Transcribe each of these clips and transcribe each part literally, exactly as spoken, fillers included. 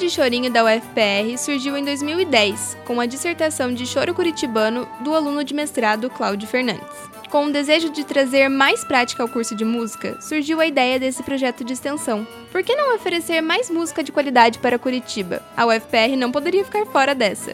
de chorinho da U F P R surgiu em dois mil e dez, com a dissertação de choro curitibano do aluno de mestrado Cláudio Fernandes. Com o desejo de trazer mais prática ao curso de música, surgiu a ideia desse projeto de extensão. Por que não oferecer mais música de qualidade para Curitiba? A U F P R não poderia ficar fora dessa.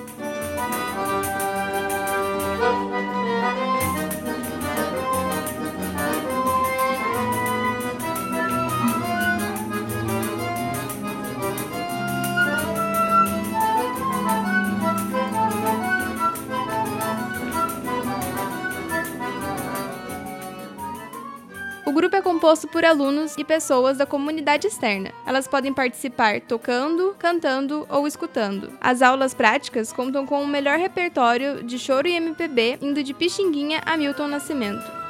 O grupo é composto por alunos e pessoas da comunidade externa. Elas podem participar tocando, cantando ou escutando. As aulas práticas contam com o melhor repertório de choro e M P B, indo de Pixinguinha a Milton Nascimento.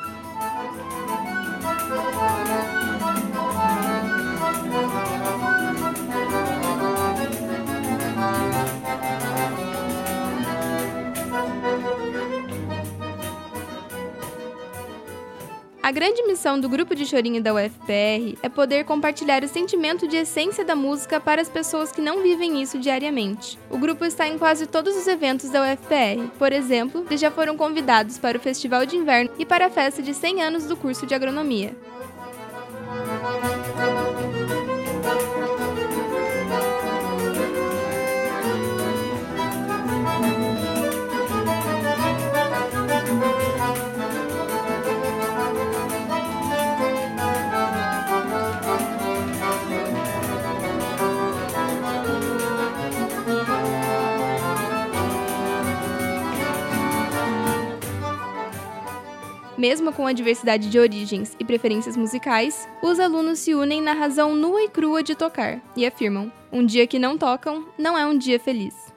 A grande missão do grupo de chorinho da U F P R é poder compartilhar o sentimento de essência da música para as pessoas que não vivem isso diariamente. O grupo está em quase todos os eventos da U F P R. Por exemplo, eles já foram convidados para o Festival de Inverno e para a festa de cem anos do curso de Agronomia. Mesmo com a diversidade de origens e preferências musicais, os alunos se unem na razão nua e crua de tocar e afirmam: um dia que não tocam não é um dia feliz.